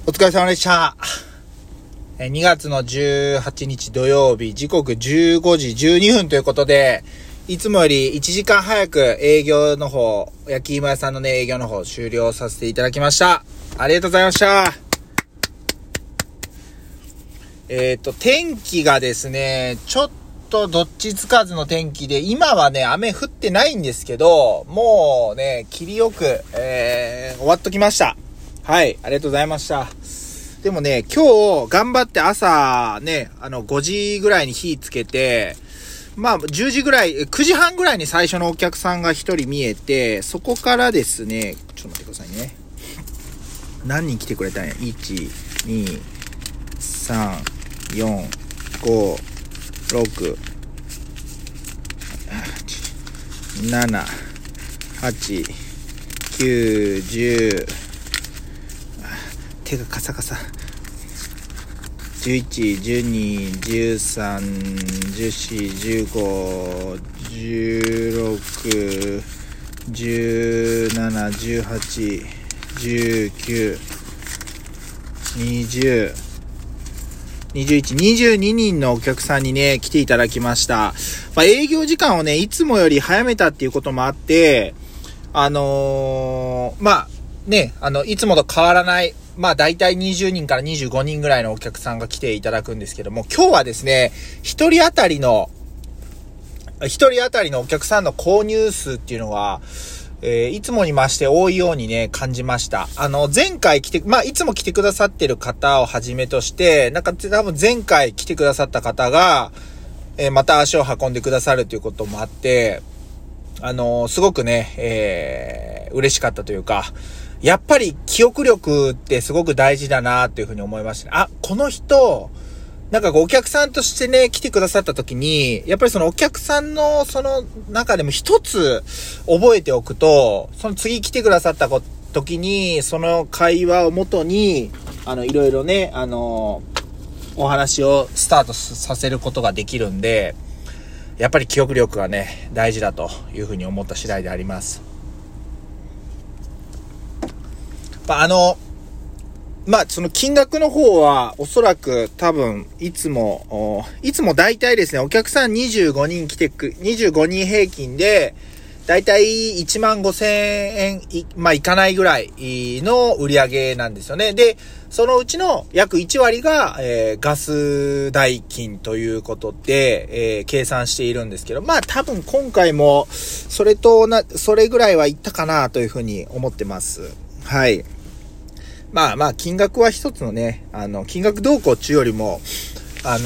お疲れ様でした。2月の18日土曜日、時刻15時12分ということで、いつもより1時間早く営業の方、焼き芋屋さんのね、営業の方終了させていただきました。ありがとうございました。天気がですね、ちょっとどっちつかずの天気で、今はね、雨降ってないんですけど、もうね、切りよく、終わっときました。はい、ありがとうございました。でもね、今日頑張って朝ね、5時ぐらいに火つけて、10時ぐらい、9時半ぐらいに最初のお客さんが一人見えて、そこからですね、ちょっと待ってくださいね。何人来てくれたんや。1、2、3、4、5、6、7、8、9、10、手がカサカサ。11、12、13、14、15、16、17、18、19、20、21、22人のお客さんにね、来ていただきました。営業時間をね、いつもより早めたっていうこともあって、いつもと変わらない、だいたい20人から25人ぐらいのお客さんが来ていただくんですけども、今日はですね、一人当たりのお客さんの購入数っていうのが、いつもに増して多いようにね、感じました。前回来て、いつも来てくださってる方をはじめとして、多分前回来てくださった方が、また足を運んでくださるということもあって、すごくね、嬉しかったというか、やっぱり記憶力ってすごく大事だなっていうふうに思いましたね。あ、この人、お客さんとしてね、来てくださった時に、やっぱりそのお客さんのその中でも一つ覚えておくと、その次来てくださった時に、その会話をもとに、いろいろね、お話をスタートさせることができるんで、やっぱり記憶力がね、大事だというふうに思った次第であります。その金額の方はおそらく多分いつも大体ですね、お客さん25人25人平均で大体15,000円いかないぐらいの売り上げなんですよね。で、そのうちの約1割が、ガス代金ということで、計算しているんですけど、多分今回もそれぐらいはいったかなというふうに思ってます。はい。金額は一つのね、金額動向っていうよりも、今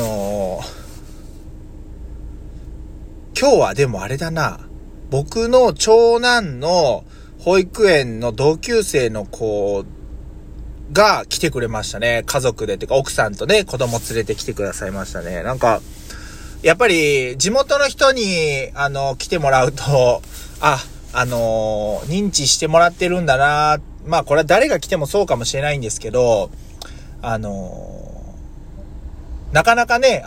日はでもあれだな、僕の長男の保育園の同級生の子が来てくれましたね。家族で、てか奥さんとね、子供連れて来てくださいましたね。やっぱり地元の人に、来てもらうと、認知してもらってるんだな。これは誰が来てもそうかもしれないんですけど、なかなかね、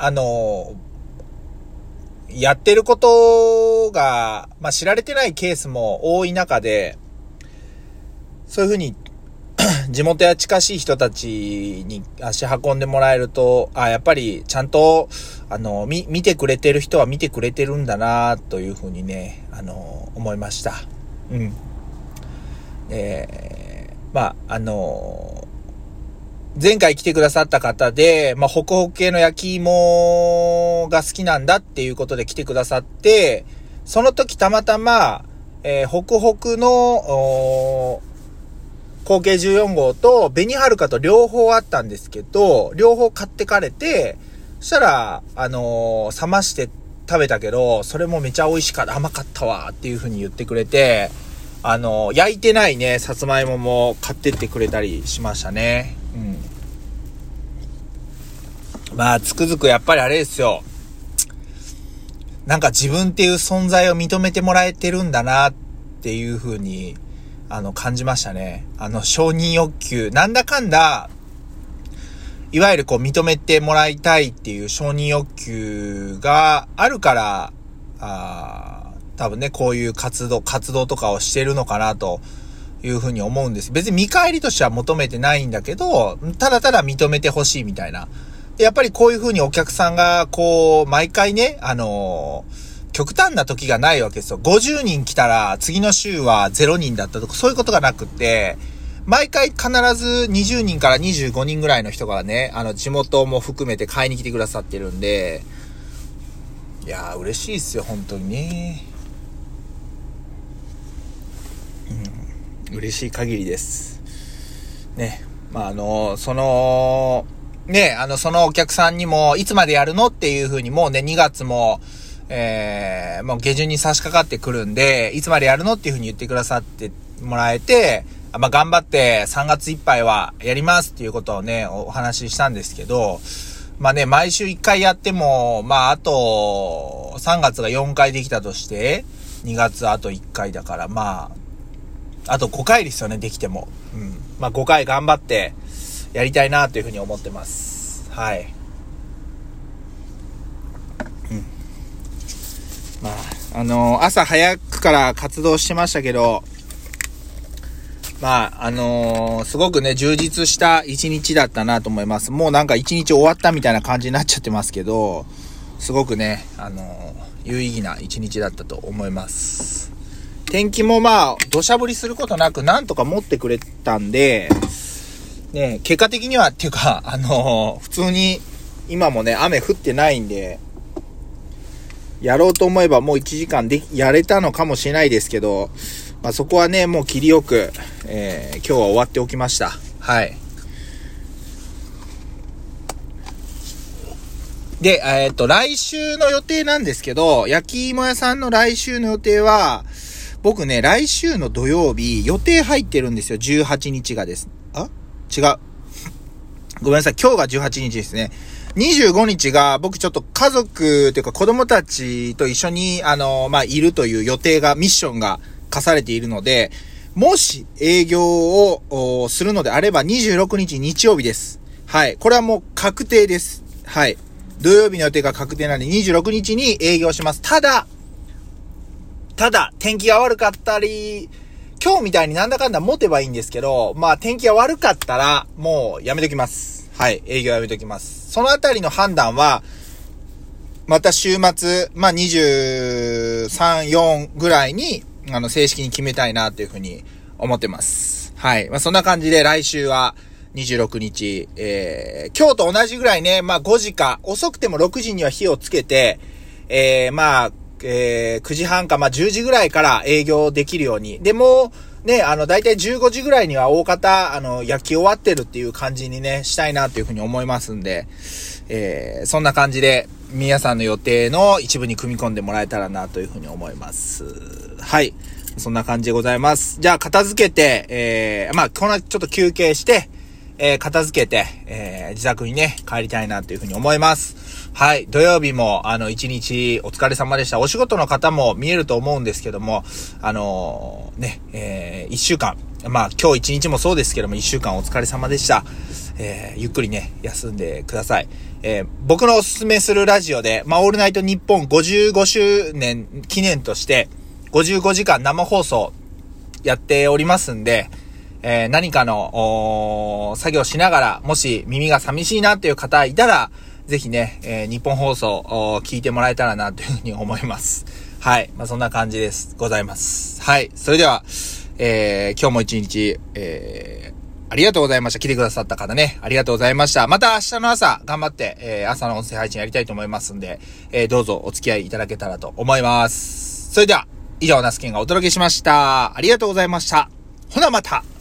やってることが、知られてないケースも多い中で、そういうふうに、地元や近しい人たちに足運んでもらえると、やっぱりちゃんと、見てくれてる人は見てくれてるんだな、というふうにね、思いました。うん。前回来てくださった方で、ホクホク系の焼き芋が好きなんだっていうことで来てくださって、その時たまたま、ホクホクの、後継14号と紅はるかと両方あったんですけど、両方買ってかれて、そしたら、冷まして食べたけど、それもめちゃ美味しかった、甘かったわっていう風に言ってくれて、焼いてないね、さつまいもも買ってってくれたりしましたね。つくづくやっぱりあれですよ。自分っていう存在を認めてもらえてるんだなっていう風に、感じましたね。承認欲求、なんだかんだ、いわゆる認めてもらいたいっていう承認欲求があるから、多分ね、こういう活動とかをしてるのかなというふうに思うんです。別に見返りとしては求めてないんだけど、ただただ認めてほしいみたいな。やっぱりこういうふうにお客さんが、毎回ね、極端な時がないわけですよ。50人来たら、次の週は0人だったとか、そういうことがなくって、毎回必ず20人から25人ぐらいの人がね、地元も含めて買いに来てくださってるんで、いやー、嬉しいっすよ、本当にね。嬉しい限りです。ね。そのお客さんにも、いつまでやるのっていう風にもうね、2月も、もう下旬に差し掛かってくるんで、いつまでやるのっていう風に言ってくださってもらえて、頑張って3月いっぱいはやりますっていうことをね、お話ししたんですけど、毎週1回やっても、あと、3月が4回できたとして、2月あと1回だから、あと5回ですよね、できても。5回頑張ってやりたいなというふうに思ってます。はい。朝早くから活動してましたけど、すごくね、充実した一日だったなと思います。もうなんか一日終わったみたいな感じになっちゃってますけど、すごくね、有意義な一日だったと思います。天気も土砂降りすることなくなんとか持ってくれたんで、ね、結果的にはっていうか、普通に今もね、雨降ってないんで、やろうと思えばもう1時間でやれたのかもしれないですけど、そこはね、もう切りよく、今日は終わっておきました。はい。で、来週の予定なんですけど、焼き芋屋さんの来週の予定は、僕ね、来週の土曜日、予定入ってるんですよ。18日がです。違う。ごめんなさい。今日が18日ですね。25日が僕ちょっと家族というか子供たちと一緒に、いるという予定が、ミッションが課されているので、もし営業をするのであれば26日日曜日です。はい。これはもう確定です。はい。土曜日の予定が確定なので26日に営業します。ただ、天気が悪かったり、今日みたいになんだかんだ持てばいいんですけど、天気が悪かったら、もうやめときます。はい。営業やめときます。そのあたりの判断は、また週末、23、4ぐらいに、正式に決めたいなというふうに思ってます。はい。そんな感じで来週は26日、今日と同じぐらいね、5時か、遅くても6時には火をつけて、9時半か10時ぐらいから営業できるように。でもね、だいたい15時ぐらいには大方焼き終わってるっていう感じにねしたいなというふうに思いますんで、そんな感じで皆さんの予定の一部に組み込んでもらえたらなというふうに思います。はい、そんな感じでございます。じゃあ片付けて、このちょっと休憩して、片付けて、自宅にね帰りたいなというふうに思います。はい。土曜日も、一日お疲れ様でした。お仕事の方も見えると思うんですけども、一週間、今日一日もそうですけども、一週間お疲れ様でした。ゆっくりね、休んでください。僕のおすすめするラジオで、オールナイトニッポン55周年記念として、55時間生放送やっておりますんで、何かの、作業しながら、もし耳が寂しいなっていう方いたら、ぜひね、日本放送を聞いてもらえたらなというふうに思います。はい。そんな感じです。ございます。はい。それでは、今日も一日、ありがとうございました。来てくださった方ね、ありがとうございました。また明日の朝、頑張って、朝の音声配信やりたいと思いますんで、どうぞお付き合いいただけたらと思います。それでは、以上、ナスケンがお届けしました。ありがとうございました。ほなまた。